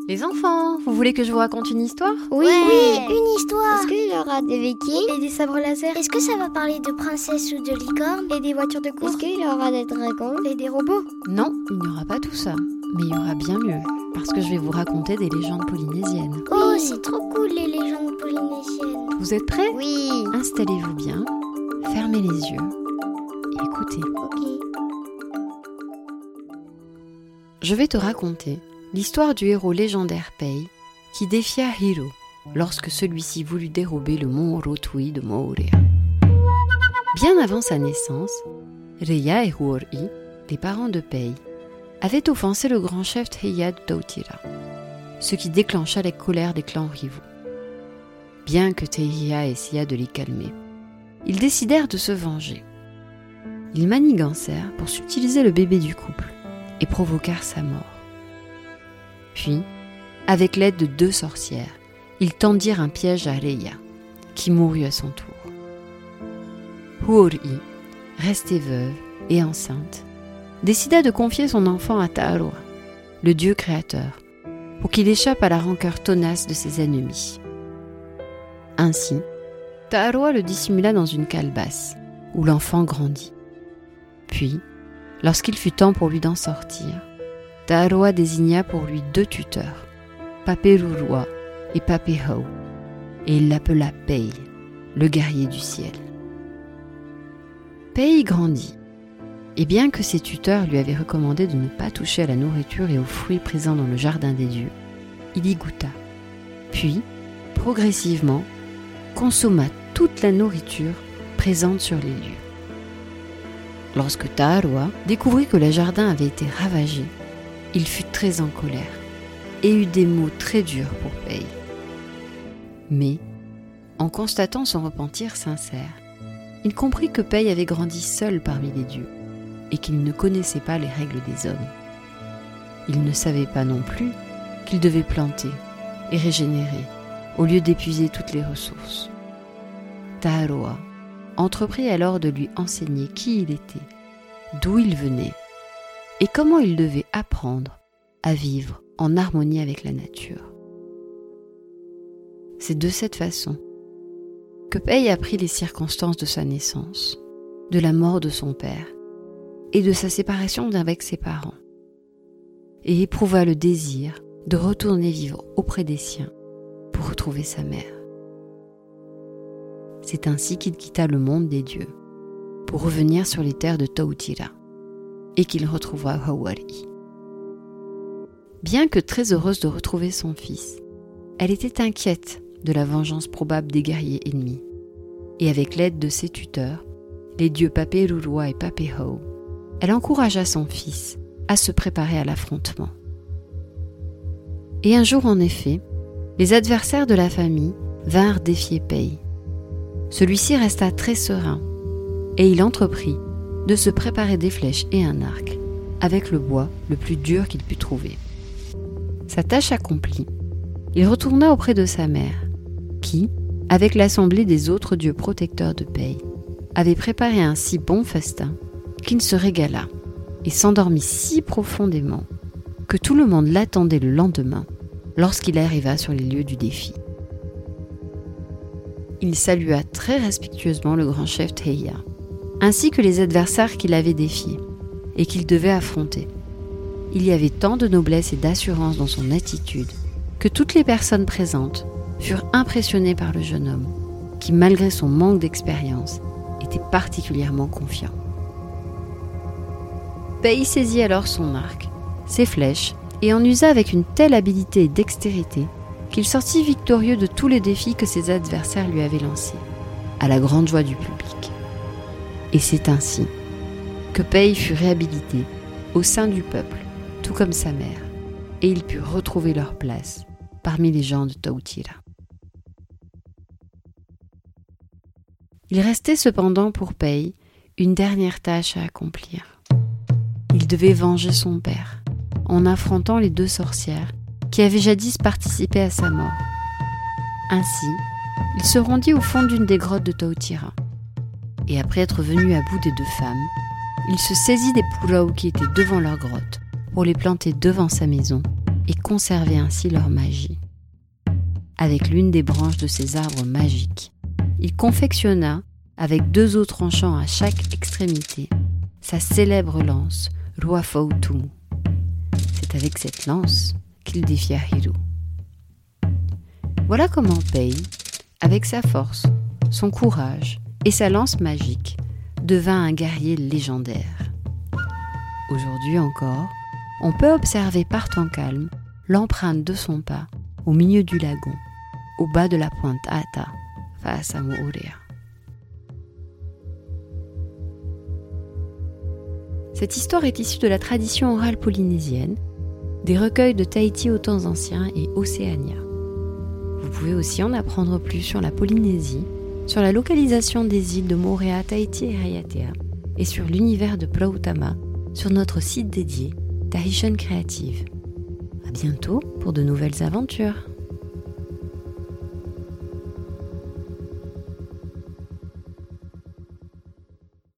Les enfants, vous voulez que je vous raconte une histoire ? Oui, une histoire. Est-ce qu'il y aura des vikings Et des sabres laser. Est-ce que ça va parler de princesses ou de licornes? Et des voitures de course? Est-ce qu'il y aura des dragons Et des robots? Non, il n'y aura pas tout ça. Mais il y aura bien mieux, parce que je vais vous raconter des légendes polynésiennes. Oh, c'est trop cool les légendes polynésiennes. Vous êtes prêts ? Oui. Installez-vous bien, fermez les yeux et écoutez. Ok. Je vais te raconter l'histoire du héros légendaire Pei qui défia Hiro lorsque celui-ci voulut dérober le mont Rotui de Moorea. Bien avant sa naissance, Reia et Huori, les parents de Pei, avaient offensé le grand chef Teia de Tautira, ce qui déclencha la colère des clans rivaux. Bien que Teia essaya de les calmer, ils décidèrent de se venger. Ils manigancèrent pour subtiliser le bébé du couple et provoquèrent sa mort. Puis, avec l'aide de 2 sorcières, ils tendirent un piège à Reia, qui mourut à son tour. Huori, restée veuve et enceinte, décida de confier son enfant à Taaroa, le dieu créateur, pour qu'il échappe à la rancœur tenace de ses ennemis. Ainsi, Taaroa le dissimula dans une calebasse, où l'enfant grandit. Puis, lorsqu'il fut temps pour lui d'en sortir, Taaroa désigna pour lui 2 tuteurs, Paperurua et Papehau, et il l'appela Pei, le guerrier du ciel. Pei grandit, et bien que ses tuteurs lui avaient recommandé de ne pas toucher à la nourriture et aux fruits présents dans le jardin des dieux, il y goûta, puis, progressivement, consomma toute la nourriture présente sur les lieux. Lorsque Taaroa découvrit que le jardin avait été ravagé, il fut très en colère et eut des mots très durs pour Pei. Mais, en constatant son repentir sincère, il comprit que Pei avait grandi seul parmi les dieux et qu'il ne connaissait pas les règles des hommes. Il ne savait pas non plus qu'il devait planter et régénérer au lieu d'épuiser toutes les ressources. Taaroa entreprit alors de lui enseigner qui il était, d'où il venait et comment il devait apprendre à vivre en harmonie avec la nature. C'est de cette façon que Pei apprit les circonstances de sa naissance, de la mort de son père et de sa séparation d'avec ses parents, et éprouva le désir de retourner vivre auprès des siens pour retrouver sa mère. C'est ainsi qu'il quitta le monde des dieux pour revenir sur les terres de Tautira et qu'il retrouva Huori. Bien que très heureuse de retrouver son fils, elle était inquiète de la vengeance probable des guerriers ennemis et avec l'aide de ses tuteurs, les dieux Paperurua et Papehau, elle encouragea son fils à se préparer à l'affrontement. Et un jour en effet, les adversaires de la famille vinrent défier Pei. Celui-ci resta très serein et il entreprit de se préparer des flèches et un arc avec le bois le plus dur qu'il put trouver. Sa tâche accomplie, il retourna auprès de sa mère qui, avec l'assemblée des autres dieux protecteurs de Pei, avait préparé un si bon festin qu'il se régala et s'endormit si profondément que tout le monde l'attendait le lendemain lorsqu'il arriva sur les lieux du défi. Il salua très respectueusement le grand chef Teia, ainsi que les adversaires qu'il avait défiés et qu'il devait affronter. Il y avait tant de noblesse et d'assurance dans son attitude que toutes les personnes présentes furent impressionnées par le jeune homme, qui, malgré son manque d'expérience, était particulièrement confiant. Pei saisit alors son arc, ses flèches, et en usa avec une telle habileté et dextérité qu'il sortit victorieux de tous les défis que ses adversaires lui avaient lancés, à la grande joie du public. Et c'est ainsi que Pei fut réhabilité au sein du peuple, tout comme sa mère, et ils purent retrouver leur place parmi les gens de Tautira. Il restait cependant pour Pei une dernière tâche à accomplir. Il devait venger son père en affrontant les 2 sorcières qui avaient jadis participé à sa mort. Ainsi, il se rendit au fond d'une des grottes de Tautira. Et après être venu à bout des 2 femmes, il se saisit des purau qui étaient devant leur grotte pour les planter devant sa maison et conserver ainsi leur magie. Avec l'une des branches de ces arbres magiques, il confectionna, avec 2 os tranchants à chaque extrémité, sa célèbre lance, Ruafautumu. C'est avec cette lance qu'il défia Hiro. Voilà comment Pei, avec sa force, son courage et sa lance magique, devint un guerrier légendaire. Aujourd'hui encore, on peut observer par temps calme l'empreinte de son pas au milieu du lagon, au bas de la pointe Ata, face à Moorea. Cette histoire est issue de la tradition orale polynésienne, des recueils de Tahiti aux temps anciens et Océania. Vous pouvez aussi en apprendre plus sur la Polynésie, sur la localisation des îles de Moorea, Tahiti et Raiatea, et sur l'univers de Plautama, sur notre site dédié Tahitian Creative. À bientôt pour de nouvelles aventures.